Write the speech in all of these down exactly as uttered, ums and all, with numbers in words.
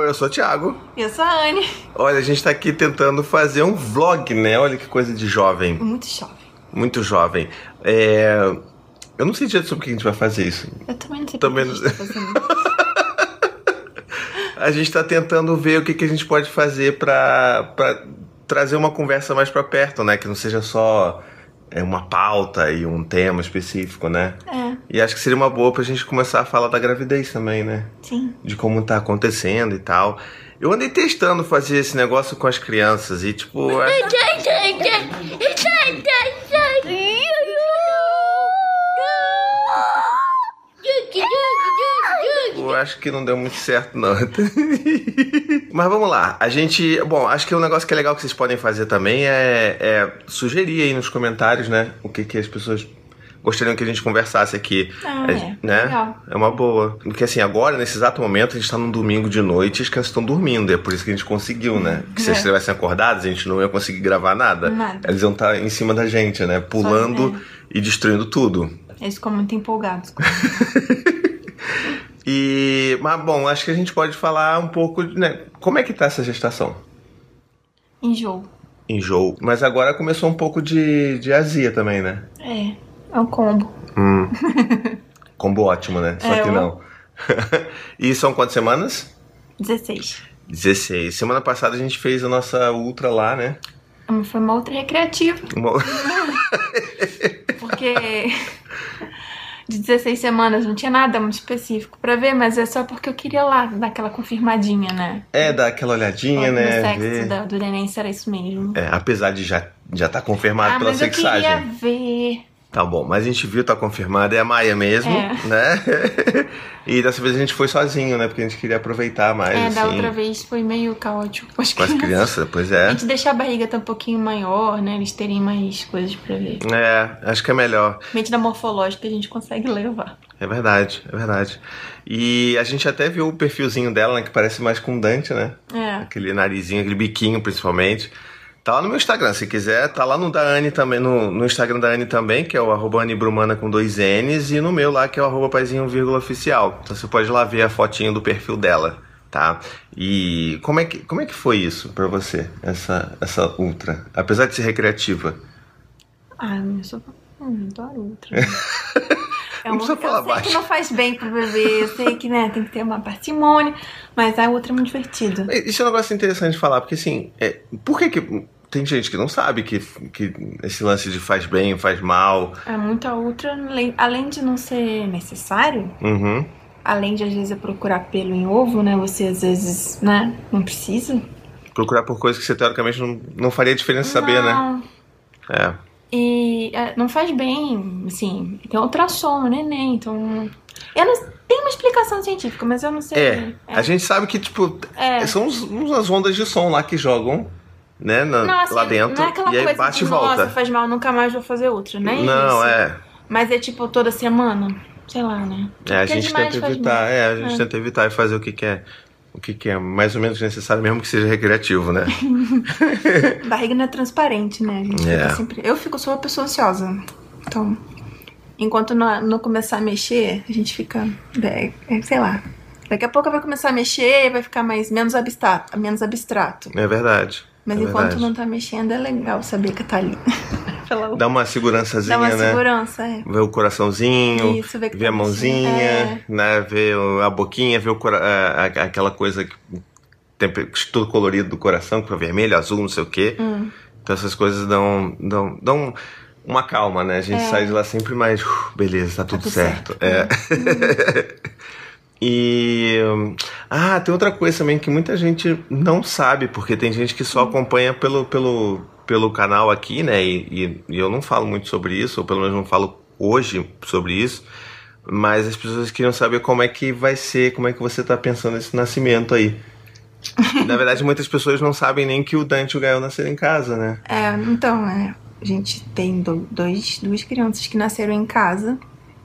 eu sou o Thiago. E eu sou a Anne. Olha, a gente tá aqui tentando fazer um vlog, né? Olha que coisa de jovem. Muito jovem. Muito jovem. É... Eu não sei direito sobre o que a gente vai fazer isso. Eu também não sei também por que não... a gente tá fazendo. A gente tá tentando ver o que, que a gente pode fazer pra, pra trazer uma conversa mais pra perto, né? Que não seja só é, uma pauta e um tema específico, né? É. E acho que seria uma boa pra gente começar a falar da gravidez também, né? Sim. De como tá acontecendo e tal. Eu andei testando fazer esse negócio com as crianças e, tipo... Eu acho que não deu muito certo, não. Mas vamos lá. A gente... Bom, acho que um negócio que é legal que vocês podem fazer também é, é sugerir aí nos comentários, né? O que, que as pessoas gostariam que a gente conversasse aqui. Ah, é, é. Né? Legal. É uma boa. Porque assim, agora, nesse exato momento, a gente tá num domingo de noite e as crianças estão dormindo. É por isso que a gente conseguiu, né? Porque se É. eles estivessem acordados, a gente não ia conseguir gravar nada. Nada. Eles iam estar em cima da gente, né? Pulando Só, é. e destruindo tudo. Eles ficam muito empolgados. E, mas bom, acho que a gente pode falar um pouco, né? Como é que tá essa gestação? Enjoo. Enjoo. Mas agora começou um pouco de, de azia também, né? É. É um combo. Hum. Combo ótimo, né? Só É, que eu- não. E são quantas semanas? dezesseis. dezesseis. Semana passada a gente fez a nossa ultra lá, né? Foi uma outra recreativa. Uma- Porque de dezesseis semanas não tinha nada muito específico pra ver, mas é só porque eu queria lá dar aquela confirmadinha, né? É, dar aquela olhadinha, No né? sexo Ver. da- do neném, se era isso mesmo. É, apesar de já já tá confirmado Ah, pela mas eu sexagem. queria ver. Tá bom, mas a gente viu, tá confirmado, é a Maia mesmo, É. né? E dessa vez a gente foi sozinho, né? Porque a gente queria aproveitar mais, É, assim. da outra vez foi meio caótico com as Com as crianças. crianças, pois A é. gente deixar a barriga tá um pouquinho maior, né? Eles terem mais coisas pra ver. É, acho que é melhor. Medida morfológica a gente consegue levar. É verdade, é verdade. E a gente até viu o perfilzinho dela, né? Que parece mais com o Dante, né? É. Aquele narizinho, aquele biquinho, principalmente. Tá lá no meu Instagram, se quiser. Tá lá no da Anne também, no, no Instagram da Anne também, que é o arroba Anne Brumana com dois N's. E no meu lá, que é o arroba paizinho vírgula oficial. Então você pode ir lá ver a fotinho do perfil dela, tá? E como é que, como é que foi isso pra você, essa, essa ultra? Apesar de ser recreativa. Ah, eu sou... Hum, adoro outra. É Não uma... precisa falar eu sei baixo. que não faz bem pro bebê, eu sei que, né, tem que ter uma parcimônia, mas a outra é muito divertida. Isso é um negócio interessante de falar, porque assim, é, por que que... Tem gente que não sabe que, que esse lance de faz bem, faz mal. É muita outra, além- além de não ser necessário, Uhum. além de às vezes eu procurar pelo em ovo, né, você às vezes, né, não precisa. Procurar por coisas que você teoricamente não, não faria diferença saber, né? Não. É. E é, não faz bem, assim, tem ultrassom no neném, então... Eu não, tem uma explicação científica, mas eu não sei... É, a gente sabe que, tipo, É. são uns, umas ondas de som lá que jogam, né, na- Não, assim, lá dentro, não é aquela e aí coisa bate de, e volta. nossa, faz mal, nunca mais vou fazer outra, não é Não, isso. é. Mas é tipo toda semana, sei lá, né? É, a Porque gente demais tenta faz evitar, mal. é, a gente É. tenta evitar e fazer o que, que é. O que, que é mais ou menos necessário, mesmo que seja recreativo, né? A barriga não é transparente, né? A gente É. fica sempre... Eu fico, sou uma pessoa ansiosa. Então, enquanto não, não começar a mexer, a gente fica, é, é, sei lá. Daqui a pouco vai começar a mexer e vai ficar mais, menos abstrato, menos abstrato. É verdade. Mas é enquanto verdade. não tá mexendo, é legal saber que tá ali. Pela- Dá uma segurançazinha, Dá uma né? segurança, é. Ver o coraçãozinho, Isso, ver que ver tá a mãozinha, mexendo, né? Ver o- a boquinha, ver o cora- a- a- aquela coisa que tem tudo colorido do coração, que é vermelho, azul, não sei o quê. Hum. Então essas coisas dão, dão, dão uma calma, né? A gente É. sai de lá sempre mais, "Uf, beleza, tá tudo, tudo certo. certo. É. E hum, ah, tem outra coisa também que muita gente não sabe, porque tem gente que só acompanha pelo, pelo, pelo canal aqui, né? E, e, e eu não falo muito sobre isso, ou pelo menos não falo hoje sobre isso, mas as pessoas queriam saber como é que vai ser, como é que você tá pensando nesse nascimento aí. Na verdade, muitas pessoas não sabem nem que o Dante e o Gael nasceram em casa, né? É, então, é, a gente tem do- dois, duas crianças que nasceram em casa.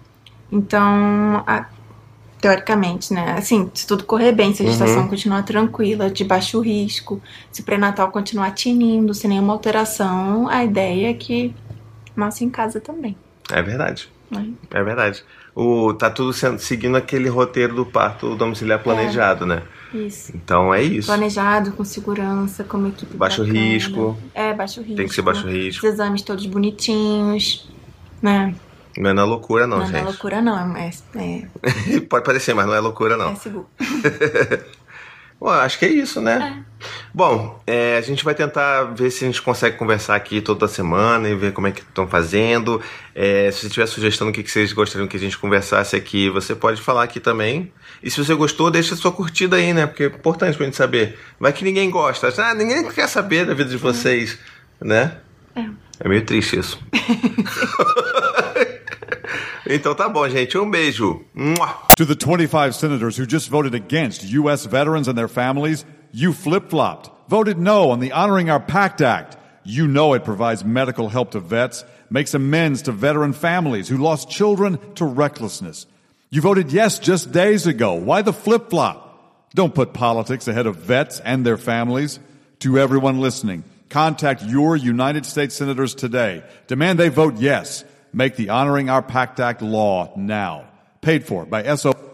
Então, a- teoricamente, né? Assim, se tudo correr bem, se a gestação Uhum. continuar tranquila, de baixo risco, se o pré-natal continuar tinindo, sem nenhuma alteração, a ideia é que nasce em casa também. É verdade. Né? É verdade. O, tá tudo sendo, seguindo aquele roteiro do parto domiciliar planejado, né? Isso. Então é isso. Planejado, com segurança, com uma equipe Baixo bacana. risco. É, baixo risco. Tem que ser baixo risco. Os exames todos bonitinhos, né? Não é na loucura não, não gente. Não é loucura não, é... é... Pode parecer, mas não é loucura não. É seguro. Bom, acho que é isso, né? É. Bom, é, a gente vai tentar ver se a gente consegue conversar aqui toda semana e ver como é que estão fazendo. É, se você tiver sugestão do que vocês gostariam que a gente conversasse aqui, você pode falar aqui também. E se você gostou, deixa sua curtida aí, né? Porque é importante pra gente saber. Vai que ninguém gosta. Ah, ninguém quer saber da vida de vocês, é. né? É. É meio triste isso. Então tá bom, gente. Um beijo. To the twenty-five senators who just voted against U S veterans and their families, you flip-flopped, voted no on the Honoring Our Pact Act. You know it provides medical help to vets, makes amends to veteran families who lost children to recklessness. You voted yes just days ago. Why the flip-flop? Don't put politics ahead of vets and their families. To everyone listening, contact your United States senators today. Demand they vote yes. Make the Honoring Our Pact Act law now. Paid for by S O